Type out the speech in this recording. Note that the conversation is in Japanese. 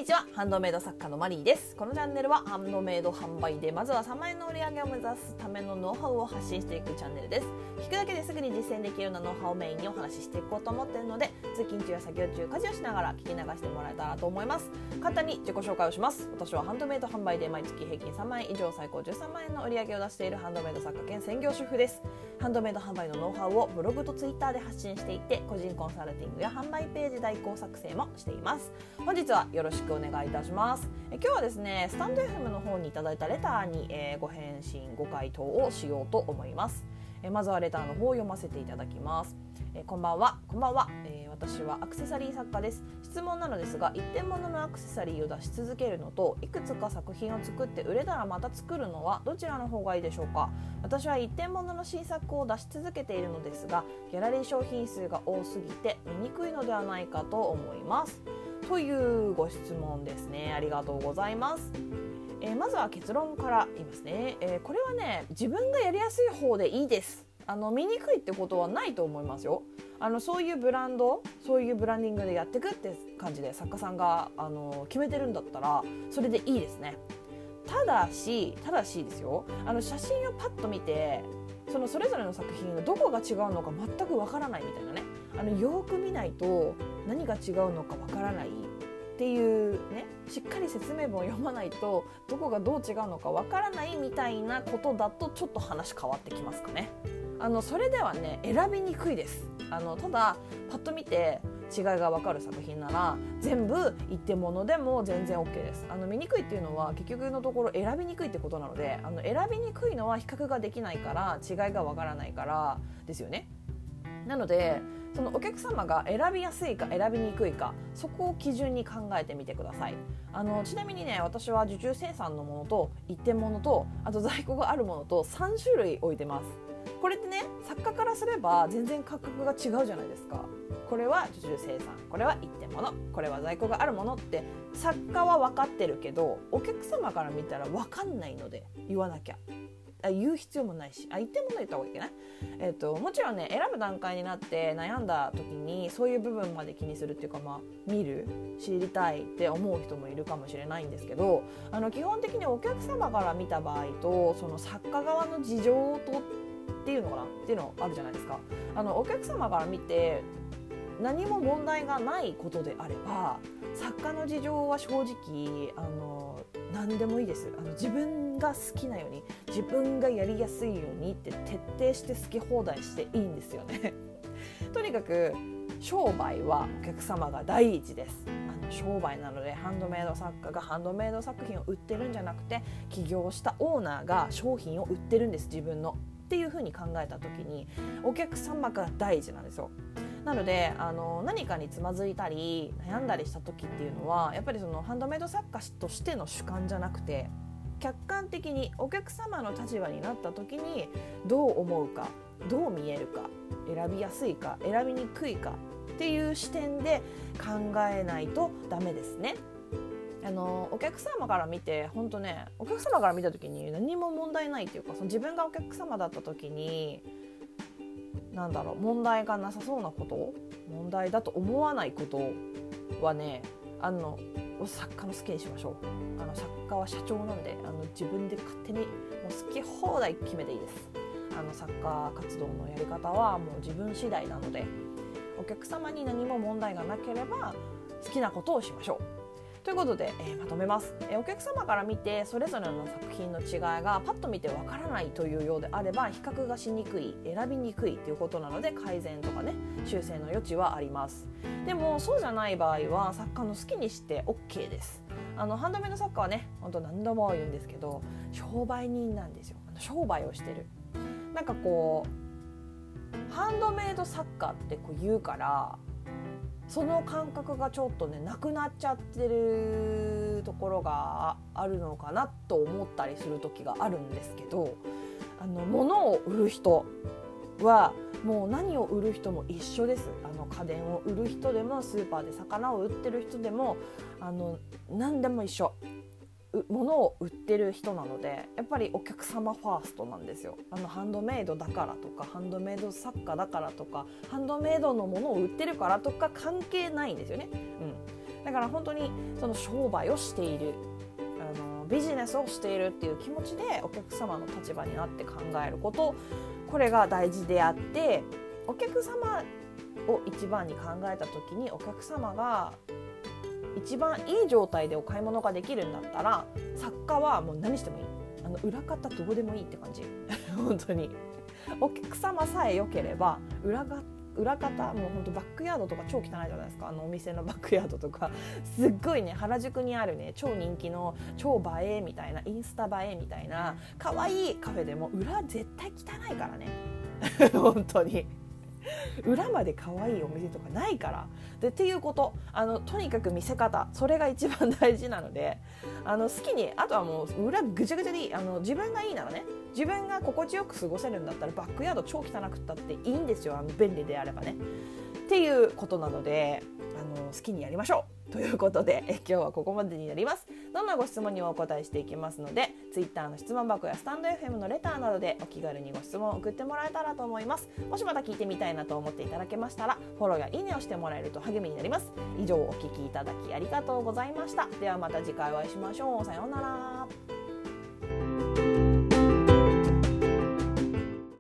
にちは、ハンドメイド作家のマリーです。このチャンネルはハンドメイド販売でまずは3万円の売り上げを目指すためのノウハウを発信していくチャンネルです。聞くだけですぐに実践できるようなノウハウをメインにお話ししていこうと思っているので、通勤中や作業中、家事をしながら聞き流してもらえたらと思います。簡単に自己紹介をします。私はハンドメイド販売で毎月平均3万円以上、最高13万円の売り上げを出しているハンドメイド作家兼専業主婦です。ハンドメイド販売のノウハウをブログとツイッターで発信していて、個人コンサルティングや販売ページ代行作成もしています。本日はよろしくお願いいたします。今日はですね、スタンド FM の方にいただいたレターに、ご返信ご回答をしようと思います。まずはレターの方を読ませていただきます。こんばんは。私はアクセサリー作家です。質問なのですが、一点物のアクセサリーを出し続けるのと、いくつか作品を作って売れたらまた作るのはどちらの方がいいでしょうか。私は一点物の新作を出し続けているのですが、ギャラリー商品数が多すぎて見にくいのではないかと思います、というご質問ですね。ありがとうございます。まずは結論から言いますね。これはね、自分がやりやすい方でいいです。見にくいってことはないと思いますよ。そういうブランド、そういうブランディングでやっていくって感じで作家さんが決めてるんだったらそれでいいですね。ただしですよ、写真をパッと見てそれぞれの作品がどこが違うのか全くわからないみたいなね、よく見ないと何が違うのかわからないっていうね、しっかり説明文を読まないとどこがどう違うのかわからないみたいなことだとちょっと話変わってきますかね。それではね、選びにくいです。ただパッと見て違いが分かる作品なら全部一点物でも全然 OK です。見にくいっていうのは結局のところ選びにくいってことなので、選びにくいのは比較ができないから違いが分からないからですよね。なのでそのお客様が選びやすいか選びにくいか、そこを基準に考えてみてください。ちなみにね、私は受注生産のものと一点物と、あと在庫があるものと3種類置いてます。これってね、作家からすれば全然価格が違うじゃないですか。これは受注生産、これは一点物、これは在庫があるものって作家は分かってるけど、お客様から見たら分かんないので言わなきゃ、言う必要もないし、一点物言った方がいいかな。もちろんね、選ぶ段階になって悩んだ時にそういう部分まで気にするっていうか、見る、知りたいって思う人もいるかもしれないんですけど、基本的にお客様から見た場合とその作家側の事情とっていうのかなっていうのあるじゃないですか。お客様から見て何も問題がないことであれば、作家の事情は正直何でもいいです。自分が好きなように、自分がやりやすいようにって徹底して好き放題していいんですよねとにかく商売はお客様が第一です。商売なので、ハンドメイド作家がハンドメイド作品を売ってるんじゃなくて、起業したオーナーが商品を売ってるんです、自分のっていう風に考えた時にお客様が第一なんですよ。なので何かにつまずいたり悩んだりした時っていうのは、やっぱりそのハンドメイド作家としての主観じゃなくて、客観的にお客様の立場になった時にどう思うか、どう見えるか、選びやすいか選びにくいかっていう視点で考えないとダメですね。お客様から見て本当ね、お客様から見た時に何も問題ないっていうか、自分がお客様だった時に問題がなさそうなこと、問題だと思わないことはね、作家の好きにしましょう。作家は社長なんで自分で勝手にもう好き放題決めていいです。作家活動のやり方はもう自分次第なので、お客様に何も問題がなければ好きなことをしましょうということで、まとめます。お客様から見てそれぞれの作品の違いがパッと見てわからないというようであれば、比較がしにくい、選びにくいということなので、改善とかね、修正の余地はあります。でもそうじゃない場合は作家の好きにして OK です。ハンドメイド作家はね、本当何度も言うんですけど、商売人なんですよ。商売をしてる。ハンドメイド作家って言うから、その感覚がちょっとねなくなっちゃってるところがあるのかなと思ったりする時があるんですけど、物を売る人はもう何を売る人も一緒です。家電を売る人でもスーパーで魚を売ってる人でも何でも一緒。物を売ってる人なので、やっぱりお客様ファーストなんですよ。ハンドメイドだからとか、ハンドメイド作家だからとか、ハンドメイドのものを売ってるからとか関係ないんですよね。 だから本当にその商売をしている、ビジネスをしているっていう気持ちでお客様の立場になって考えること、これが大事であって、お客様を一番に考えた時にお客様が一番いい状態でお買い物ができるんだったら、作家はもう何してもいい、裏方どうでもいいって感じ本当にお客様さえ良ければ裏方もう本当バックヤードとか超汚いじゃないですか。お店のバックヤードとかすっごいね、原宿にあるね超人気の超映えみたいなインスタ映えみたいな可愛いカフェでも裏絶対汚いからね本当に裏まで可愛いお店とかないからで、っていうこと、とにかく見せ方、それが一番大事なので、好きに、あとはもう裏ぐちゃぐちゃでいい、自分がいいならね、自分が心地よく過ごせるんだったらバックヤード超汚くったっていいんですよ、便利であればねっていうことなので、好きにやりましょうということで、今日はここまでになります。どんなご質問にもお答えしていきますので、Twitter の質問箱やスタンド FM のレターなどでお気軽にご質問を送ってもらえたらと思います。もしまた聞いてみたいなと思っていただけましたら、フォローやいいねをしてもらえると励みになります。以上、お聞きいただきありがとうございました。ではまた次回お会いしましょう。さようなら。